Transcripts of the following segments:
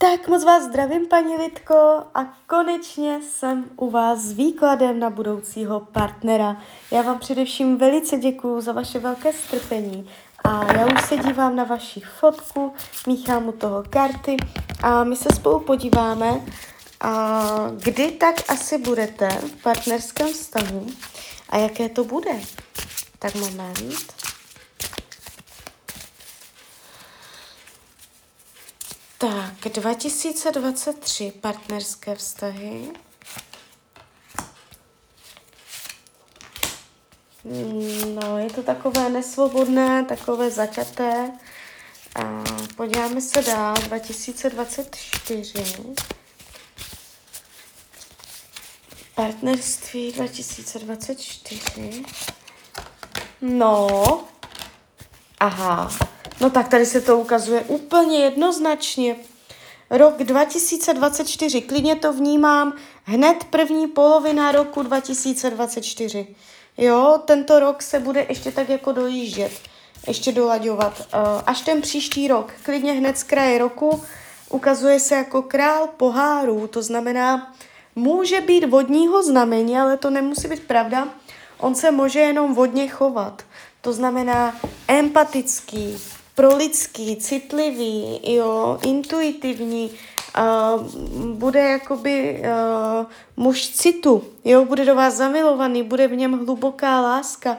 Tak moc vás zdravím, paní Lidko, a konečně jsem u vás s výkladem na budoucího partnera. Já vám především velice děkuju za vaše velké strpení a já už se dívám na vaši fotku, míchám u toho karty a my se spolu podíváme, kdy tak asi budete v partnerském vztahu a jaké to bude. Tak moment. Tak, 2023 partnerské vztahy. No, je to takové nesvobodné, takové zaťaté. A podíváme se dál, 2024. Partnerství 2024. No, aha. No tak tady se to ukazuje úplně jednoznačně. Rok 2024, klidně to vnímám hned první polovina roku 2024. Jo, tento rok se bude ještě tak jako dojíždět, ještě dolaďovat. Až ten příští rok, klidně hned z kraje roku, ukazuje se jako král pohárů, to znamená, může být vodního znamení, ale to nemusí být pravda, on se může jenom vodně chovat. To znamená empatický, prolidský, citlivý, jo, intuitivní, bude jakoby muž citu, jo, bude do vás zamilovaný, bude v něm hluboká láska.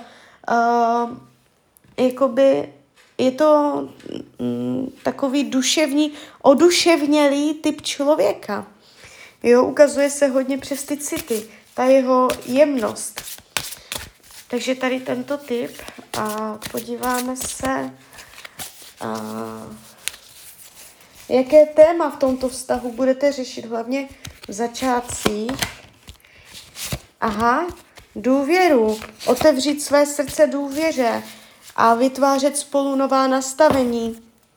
Jakoby je to takový duševní, oduševnělý typ člověka. Jo, ukazuje se hodně přes ty city, ta jeho jemnost. Takže tady tento typ a podíváme se, jaké téma v tomto vztahu budete řešit, hlavně v začátcích. Aha, důvěru, otevřít své srdce důvěře a vytvářet spolu nová nastavení.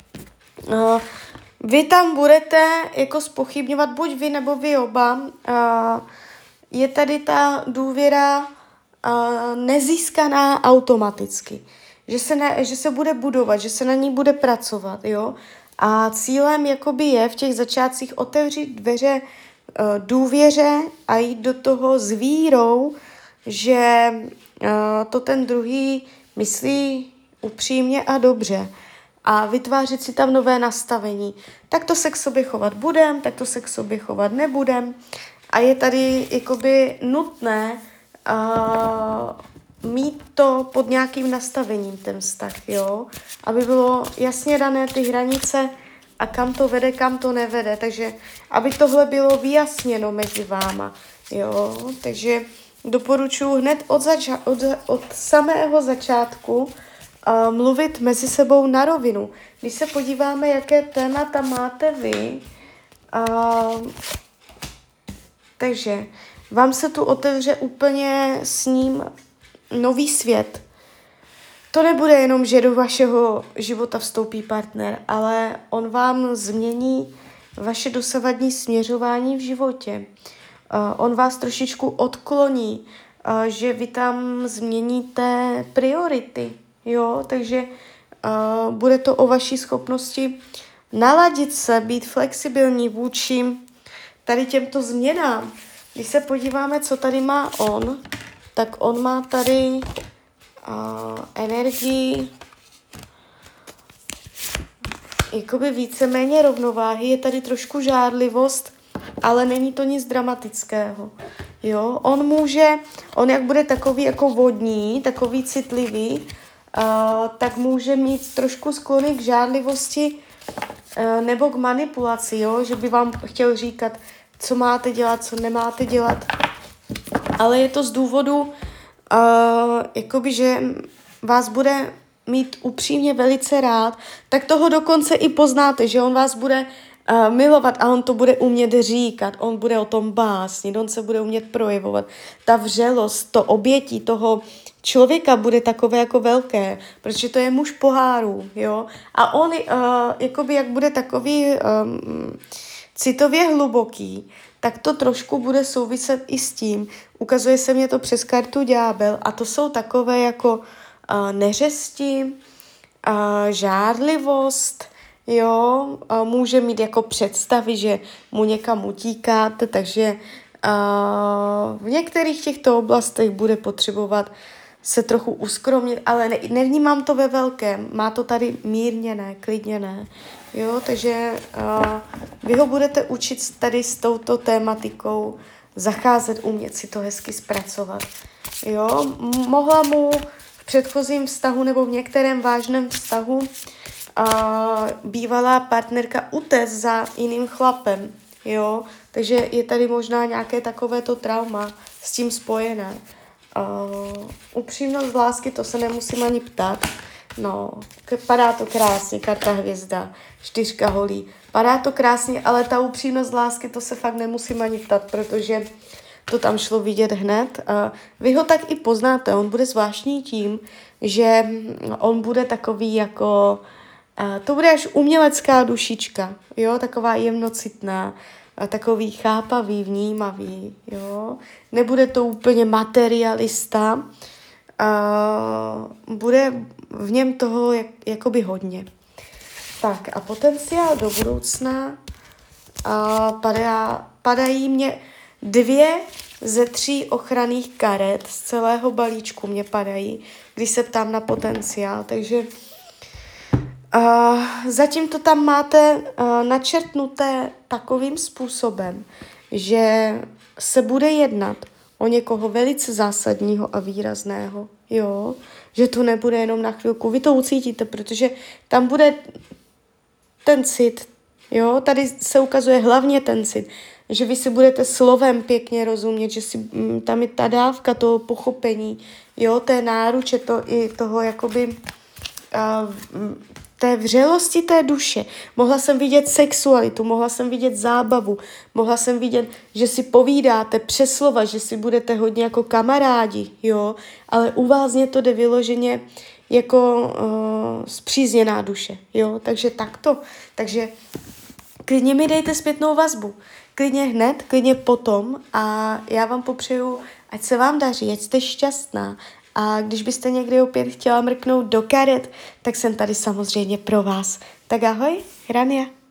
Vy tam budete jako zpochybňovat, buď vy nebo vy oba. Je tady ta důvěra nezískaná automaticky. Že se bude budovat, že se na ní bude pracovat, jo. A cílem jakoby je v těch začátcích otevřít dveře důvěře a jít do toho s vírou, že to ten druhý myslí upřímně a dobře. A vytvářet si tam nové nastavení. Tak to se k sobě chovat budem, tak to se k sobě chovat nebudem. A je tady jakoby nutné mít to pod nějakým nastavením, ten vztah, jo? Aby bylo jasně dané ty hranice a kam to vede, kam to nevede. Takže aby tohle bylo vyjasněno mezi váma, jo? Takže doporučuji hned od samého začátku mluvit mezi sebou na rovinu. Když se podíváme, jaké témata máte vy, takže vám se tu otevře úplně s ním nový svět. To nebude jenom, že do vašeho života vstoupí partner, ale on vám změní vaše dosavadní směřování v životě. On vás trošičku odkloní, že vy tam změníte priority, jo, takže bude to o vaší schopnosti naladit se, být flexibilní vůči tady těmto změnám. Když se podíváme, co tady má on, tak on má tady energii jakoby víceméně rovnováhy, je tady trošku žárlivost, ale není to nic dramatického. Jo? On jak bude takový jako vodní, takový citlivý, tak může mít trošku sklony k žárlivosti nebo k manipulaci, jo? Že by vám chtěl říkat, co máte dělat, co nemáte dělat. Ale je to z důvodu, jakoby, že vás bude mít upřímně velice rád, tak toho dokonce i poznáte, že on vás bude milovat a on to bude umět říkat, on bude o tom básnit, on se bude umět projevovat. Ta vřelost, to obětí toho člověka bude takové jako velké, protože to je muž pohárů, jo. A on, jakoby jak bude takový citově hluboký, tak to trošku bude souviset i s tím. Ukazuje se mě to přes kartu ďábel a to jsou takové jako neřesti, žárlivost, jo, a může mít jako představy, že mu někam utíkáte, takže v některých těchto oblastech bude potřebovat se trochu uskromnit, ale nevnímám to ve velkém, má to tady mírněné, klidněné, jo, takže vy ho budete učit tady s touto tématikou zacházet, umět si to hezky zpracovat, jo, mohla mu v předchozím vztahu nebo v některém vážném vztahu bývalá partnerka utéct za jiným chlapem, jo, takže je tady možná nějaké takovéto trauma s tím spojené. Upřímnost lásky, to se nemusím ani ptát. No, padá to krásně, karta hvězda, 4 holí. Padá to krásně, ale ta upřímnost lásky, to se fakt nemusím ani ptát, protože to tam šlo vidět hned. Vy ho tak i poznáte, on bude zvláštní tím, že on bude takový jako, to bude až umělecká dušička, jo, taková jemnocitná, takový chápavý, vnímavý, jo. Nebude to úplně materialista, bude v něm toho jakoby hodně. Tak a potenciál do budoucna padají mě 2 ze 3 ochranných karet z celého balíčku mě padají, když se ptám na potenciál, takže zatím to tam máte načrtnuté takovým způsobem, že se bude jednat o někoho velice zásadního a výrazného, jo, že to nebude jenom na chvilku, vy to ucítíte, protože tam bude ten cit, jo, tady se ukazuje hlavně ten cit, že vy si budete slovem pěkně rozumět, že si tam je ta dávka toho pochopení, jo, té náruče, i toho jakoby té vřelosti té duše. Mohla jsem vidět sexualitu, mohla jsem vidět zábavu, mohla jsem vidět, že si povídáte přes slova, že si budete hodně jako kamarádi, jo, ale u vás mě to jde vyloženě jako spřízněná duše, jo, takže takto. Takže klidně mi dejte zpětnou vazbu, klidně hned, klidně potom a já vám popřeju, ať se vám daří, ať jste šťastná. A když byste někdy opět chtěla mrknout do karet, tak jsem tady samozřejmě pro vás. Tak ahoj, Rania.